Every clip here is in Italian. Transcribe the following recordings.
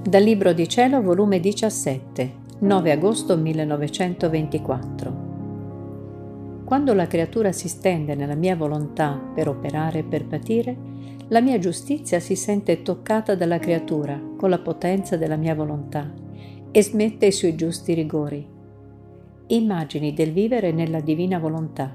Dal Libro di Cielo, volume 17, 9 agosto 1924. Quando la creatura si stende nella mia volontà per operare e per patire, la mia giustizia si sente toccata dalla creatura con la potenza della mia volontà e smette i suoi giusti rigori. Immagini del vivere nella divina volontà.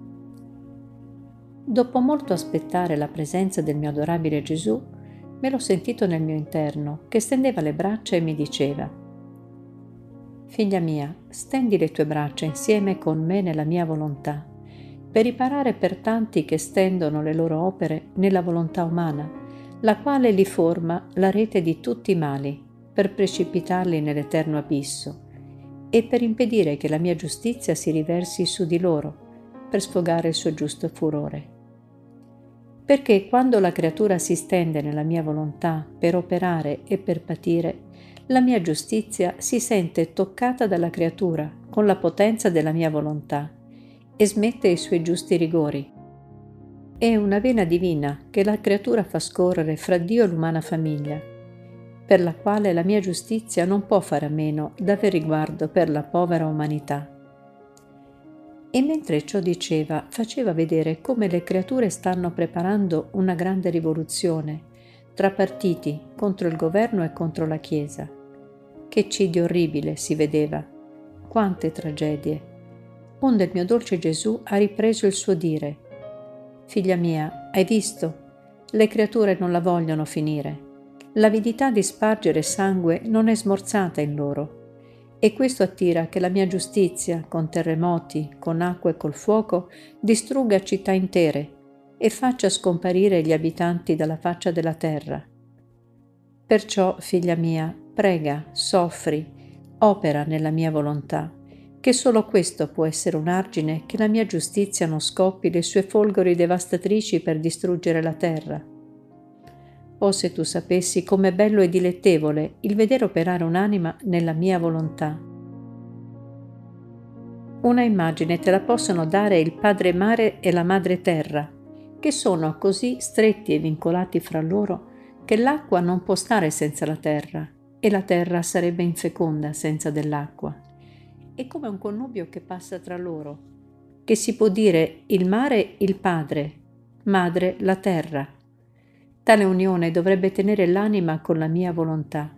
Dopo molto aspettare la presenza del mio adorabile Gesù, me l'ho sentito nel mio interno, che stendeva le braccia e mi diceva: «Figlia mia, stendi le tue braccia insieme con me nella mia volontà, per riparare per tanti che stendono le loro opere nella volontà umana, la quale li forma la rete di tutti i mali, per precipitarli nell'eterno abisso, e per impedire che la mia giustizia si riversi su di loro, per sfogare il suo giusto furore. Perché quando la creatura si stende nella mia volontà per operare e per patire, la mia giustizia si sente toccata dalla creatura con la potenza della mia volontà e smette i suoi giusti rigori. È una vena divina che la creatura fa scorrere fra Dio e l'umana famiglia, per la quale la mia giustizia non può fare a meno d'aver riguardo per la povera umanità. E mentre ciò diceva, faceva vedere come le creature stanno preparando una grande rivoluzione tra partiti contro il governo e contro la Chiesa. Che eccidio orribile si vedeva, quante tragedie. Onde il mio dolce Gesù ha ripreso il suo dire: «Figlia mia, hai visto? Le creature non la vogliono finire. L'avidità di spargere sangue non è smorzata in loro. E questo attira che la mia giustizia, con terremoti, con acqua e col fuoco, distrugga città intere e faccia scomparire gli abitanti dalla faccia della terra. Perciò, figlia mia, prega, soffri, opera nella mia volontà, che solo questo può essere un argine che la mia giustizia non scoppi le sue folgori devastatrici per distruggere la terra. Oh, se tu sapessi com'è bello e dilettevole il vedere operare un'anima nella mia volontà. Una immagine te la possono dare il padre mare e la madre terra, che sono così stretti e vincolati fra loro che l'acqua non può stare senza la terra e la terra sarebbe infeconda senza dell'acqua. È come un connubio che passa tra loro, che si può dire il mare il padre, madre la terra. Tale unione dovrebbe tenere l'anima con la mia volontà.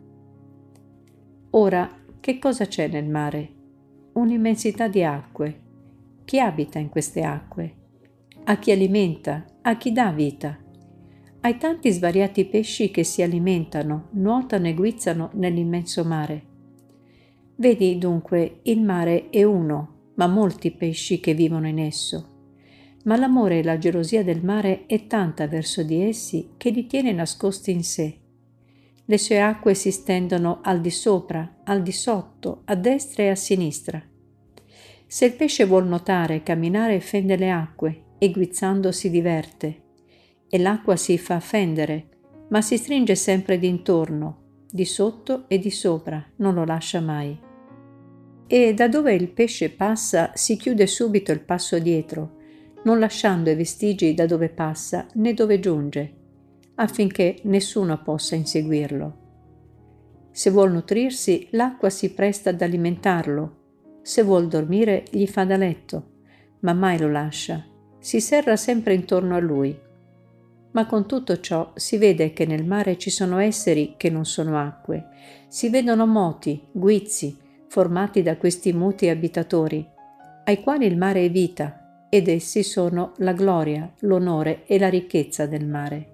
Ora, che cosa c'è nel mare? Un'immensità di acque. Chi abita in queste acque? A chi alimenta? A chi dà vita? Ai tanti svariati pesci che si alimentano, nuotano e guizzano nell'immenso mare. Vedi dunque, il mare è uno, ma molti pesci che vivono in esso. Ma l'amore e la gelosia del mare è tanta verso di essi che li tiene nascosti in sé. Le sue acque si stendono al di sopra, al di sotto, a destra e a sinistra. Se il pesce vuol nuotare, camminare, fende le acque e guizzando si diverte. E l'acqua si fa fendere, ma si stringe sempre d'intorno, di sotto e di sopra, non lo lascia mai. E da dove il pesce passa si chiude subito il passo dietro, non lasciando i vestigi da dove passa né dove giunge, affinché nessuno possa inseguirlo. Se vuol nutrirsi, l'acqua si presta ad alimentarlo, se vuol dormire gli fa da letto, ma mai lo lascia, si serra sempre intorno a lui. Ma con tutto ciò si vede che nel mare ci sono esseri che non sono acque, si vedono moti, guizzi, formati da questi muti abitatori, ai quali il mare è vita, ed essi sono la gloria, l'onore e la ricchezza del mare.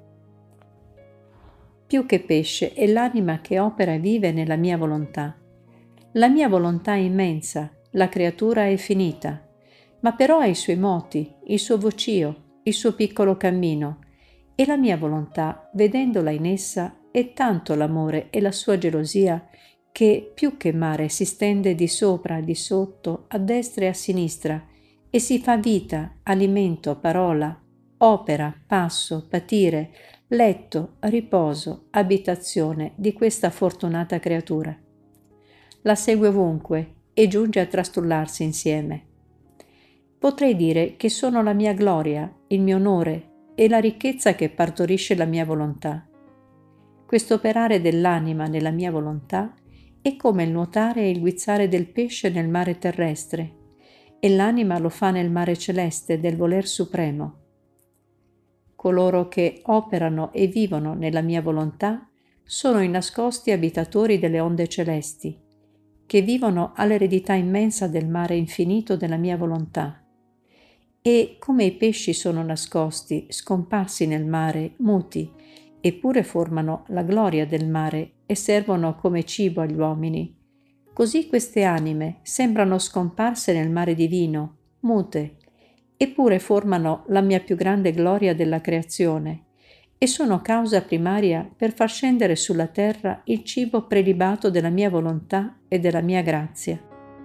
Più che pesce è l'anima che opera e vive nella mia volontà. La mia volontà è immensa, la creatura è finita, ma però ha i suoi moti, il suo vocio, il suo piccolo cammino, e la mia volontà, vedendola in essa, è tanto l'amore e la sua gelosia che più che mare si stende di sopra, di sotto, a destra e a sinistra, e si fa vita, alimento, parola, opera, passo, patire, letto, riposo, abitazione di questa fortunata creatura. La segue ovunque e giunge a trastullarsi insieme. Potrei dire che sono la mia gloria, il mio onore e la ricchezza che partorisce la mia volontà. Questo operare dell'anima nella mia volontà è come il nuotare e il guizzare del pesce nel mare terrestre, e l'anima lo fa nel mare celeste del voler supremo. Coloro che operano e vivono nella mia volontà sono i nascosti abitatori delle onde celesti, che vivono all'eredità immensa del mare infinito della mia volontà. E come i pesci sono nascosti, scomparsi nel mare, muti, eppure formano la gloria del mare e servono come cibo agli uomini, così queste anime sembrano scomparse nel mare divino, mute, eppure formano la mia più grande gloria della creazione e sono causa primaria per far scendere sulla terra il cibo prelibato della mia volontà e della mia grazia.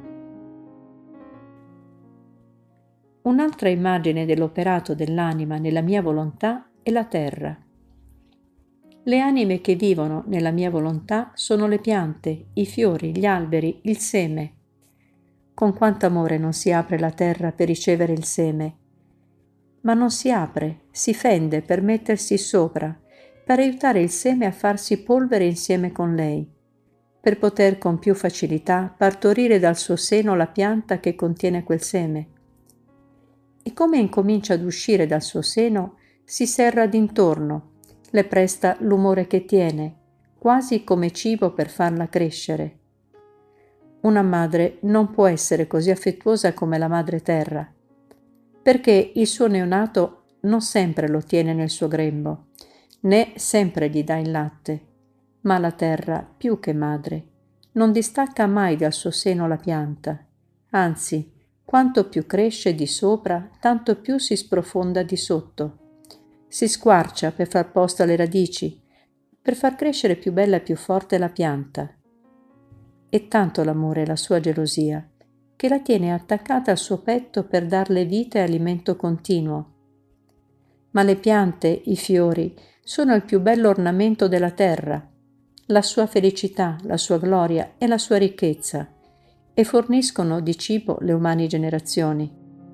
Un'altra immagine dell'operato dell'anima nella mia volontà è la terra. Le anime che vivono nella mia volontà sono le piante, i fiori, gli alberi, il seme. Con quanto amore non si apre la terra per ricevere il seme, ma non si apre, si fende per mettersi sopra, per aiutare il seme a farsi polvere insieme con lei, per poter con più facilità partorire dal suo seno la pianta che contiene quel seme. E come incomincia ad uscire dal suo seno, si serra d'intorno, le presta l'umore che tiene, quasi come cibo per farla crescere. Una madre non può essere così affettuosa come la madre terra, perché il suo neonato non sempre lo tiene nel suo grembo, né sempre gli dà il latte, ma la terra, più che madre, non distacca mai dal suo seno la pianta, anzi, quanto più cresce di sopra, tanto più si sprofonda di sotto. Si squarcia per far posto alle radici, per far crescere più bella e più forte la pianta. È tanto l'amore e la sua gelosia, che la tiene attaccata al suo petto per darle vita e alimento continuo. Ma le piante, i fiori, sono il più bello ornamento della terra, la sua felicità, la sua gloria e la sua ricchezza, e forniscono di cibo le umane generazioni.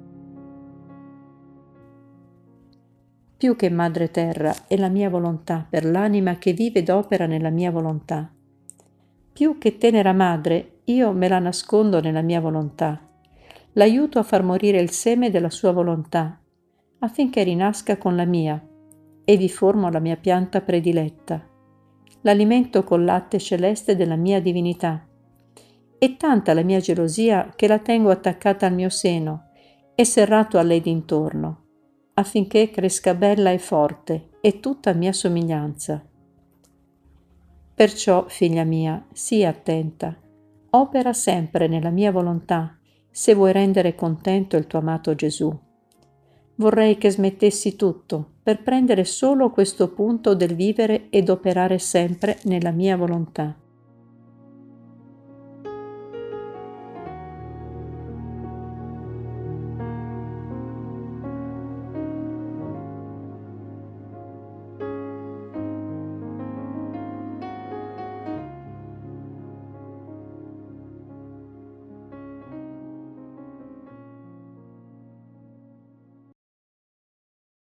Più che madre terra è la mia volontà per l'anima che vive ed opera nella mia volontà. Più che tenera madre, io me la nascondo nella mia volontà. L'aiuto a far morire il seme della sua volontà, affinché rinasca con la mia, e vi formo la mia pianta prediletta. L'alimento col latte celeste della mia divinità. È tanta la mia gelosia che la tengo attaccata al mio seno e serrato a lei d'intorno, affinché cresca bella e forte e tutta a mia somiglianza. Perciò, figlia mia, sii attenta, opera sempre nella mia volontà, se vuoi rendere contento il tuo amato Gesù. Vorrei che smettessi tutto per prendere solo questo punto del vivere ed operare sempre nella mia volontà.